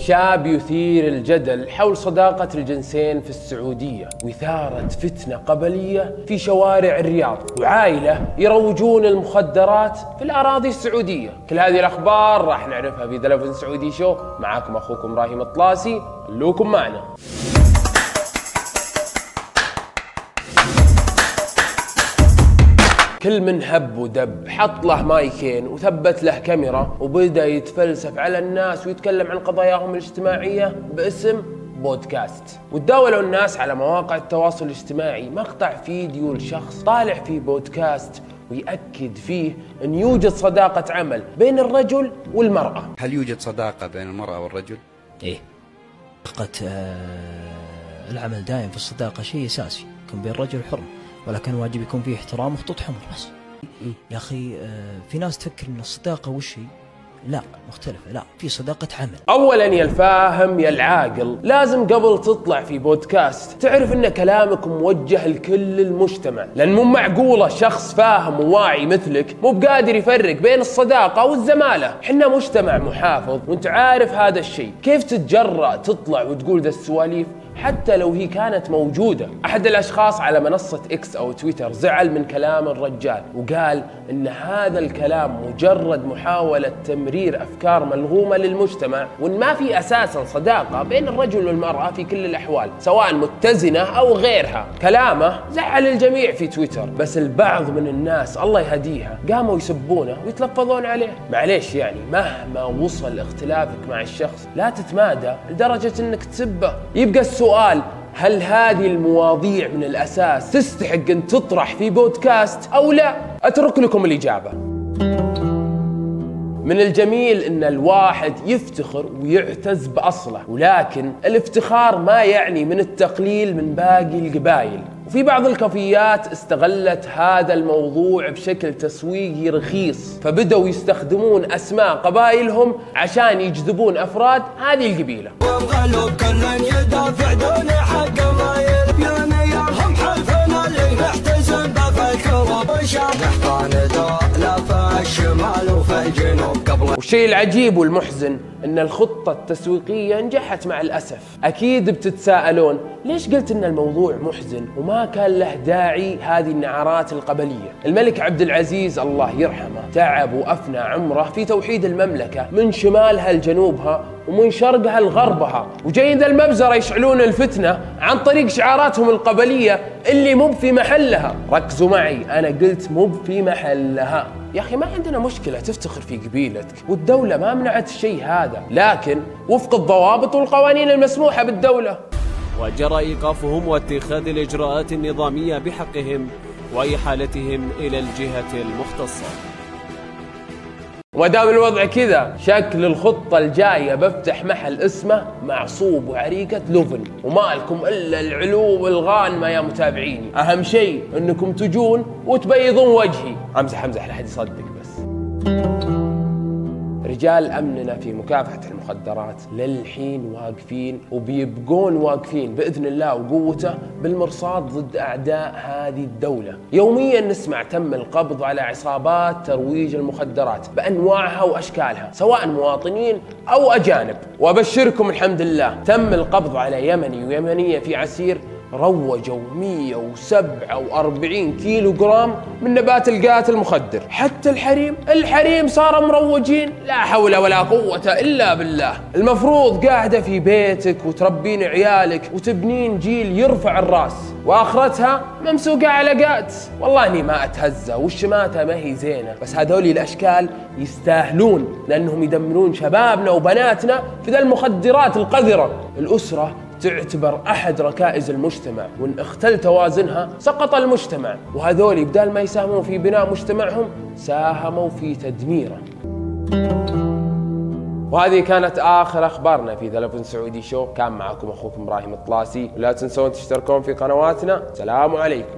شاب يثير الجدل حول صداقة الجنسين في السعودية، وإثارة فتنة قبلية في شوارع الرياض، وعائلة يروجون المخدرات في الأراضي السعودية. كل هذه الأخبار راح نعرفها في ذا 11 سعودي شو. معاكم أخوكم إبراهيم الطلاسي، خلوكم معنا. كل من هب ودب حط له مايكين وثبت له كاميرا وبدأ يتفلسف على الناس ويتكلم عن قضاياهم الاجتماعية باسم بودكاست. وتداولوا الناس على مواقع التواصل الاجتماعي مقطع فيديو لشخص طالع في بودكاست ويأكد فيه أن يوجد صداقة عمل بين الرجل والمرأة. هل يوجد صداقة بين المرأة والرجل؟ إيه، صداقة العمل دائم في الصداقة شيء أساسي، يكون بين الرجل والحرمة، ولكن واجب يكون فيه احترام وخطوط حمر بس. يا أخي في ناس تفكر أن الصداقة وش هي؟ لا، مختلفة. لا، في صداقة عمل. أولا يا الفاهم يا العاقل، لازم قبل تطلع في بودكاست تعرف أن كلامك موجه لكل المجتمع، لأن مو معقولة شخص فاهم وواعي مثلك مو بقادر يفرق بين الصداقة والزمالة. حنا مجتمع محافظ وانت عارف هذا الشيء، كيف تتجرأ تطلع وتقول ذا السواليف حتى لو هي كانت موجودة؟ أحد الأشخاص على منصة إكس أو تويتر زعل من كلام الرجال وقال إن هذا الكلام مجرد محاولة تمرير أفكار ملغومة للمجتمع، وإن ما في أساساً صداقة بين الرجل والمرأة في كل الأحوال سواء متزنة أو غيرها. كلامه زعل الجميع في تويتر، بس البعض من الناس الله يهديها قاموا يسبونه ويتلفظون عليه. معليش يعني مهما وصل اختلافك مع الشخص لا تتمادى لدرجة إنك تسبه. يبقى السؤال، هل هذه المواضيع من الأساس تستحق أن تطرح في بودكاست أو لا؟ أترك لكم الإجابة. من الجميل أن الواحد يفتخر ويعتز بأصله، ولكن الافتخار ما يعني من التقليل من باقي القبائل. وفي بعض الكافيات استغلت هذا الموضوع بشكل تسويقي رخيص، فبدأوا يستخدمون أسماء قبائلهم عشان يجذبون أفراد هذه القبيلة. والشيء العجيب والمحزن ان الخطة التسويقية نجحت مع الأسف. اكيد بتتساءلون ليش قلت ان الموضوع محزن وما كان له داعي هذه النعرات القبلية؟ الملك عبد العزيز الله يرحمه تعب وافنى عمره في توحيد المملكة من شمالها لجنوبها ومن شرقها لغربها، وجايين ذا المبزرة يشعلون الفتنة عن طريق شعاراتهم القبلية اللي مو في محلها. ركزوا معي، أنا قلت مو في محلها. يا أخي ما عندنا مشكلة تفتخر في قبيلتك، والدولة ما منعت الشيء هذا، لكن وفق الضوابط والقوانين المسموحة بالدولة. وجرى إيقافهم واتخاذ الإجراءات النظامية بحقهم وإحالتهم إلى الجهة المختصة. ودام الوضع كذا، شكل الخطة الجاية بفتح محل اسمه معصوب وعريكة لوفن، وما لكم إلا العلو والغانمة يا متابعيني. أهم شيء أنكم تجون وتبيضون وجهي. أمزح لا حد يصدق بس. رجال أمننا في مكافحة المخدرات للحين واقفين وبيبقون واقفين بإذن الله وقوته بالمرصاد ضد أعداء هذه الدولة. يوميا نسمع تم القبض على عصابات ترويج المخدرات بأنواعها وأشكالها سواء مواطنين أو أجانب. وأبشركم الحمد لله تم القبض على يمني ويمنية في عسير روجوا 147 كيلو جرام من نبات القاتل المخدر. حتى الحريم صاروا مروجين. لا حول ولا قوة إلا بالله. المفروض قاعدة في بيتك وتربين عيالك وتبنين جيل يرفع الراس، وآخرتها ممسوقة علاقات. والله إني ما أتهزى والشماتة ما هي زينة، بس هذولي الأشكال يستاهلون لأنهم يدمرون شبابنا وبناتنا في ذا المخدرات القذرة. الأسرة تعتبر أحد ركائز المجتمع، وإن اختل توازنها سقط المجتمع، وهذولي بدال ما يساهمون في بناء مجتمعهم ساهموا في تدميره. وهذه كانت آخر أخبارنا في ذا 11 سعودي شو. كان معكم أخوكم إبراهيم الطلاسي، ولا تنسون تشتركون في قنواتنا. سلام عليكم.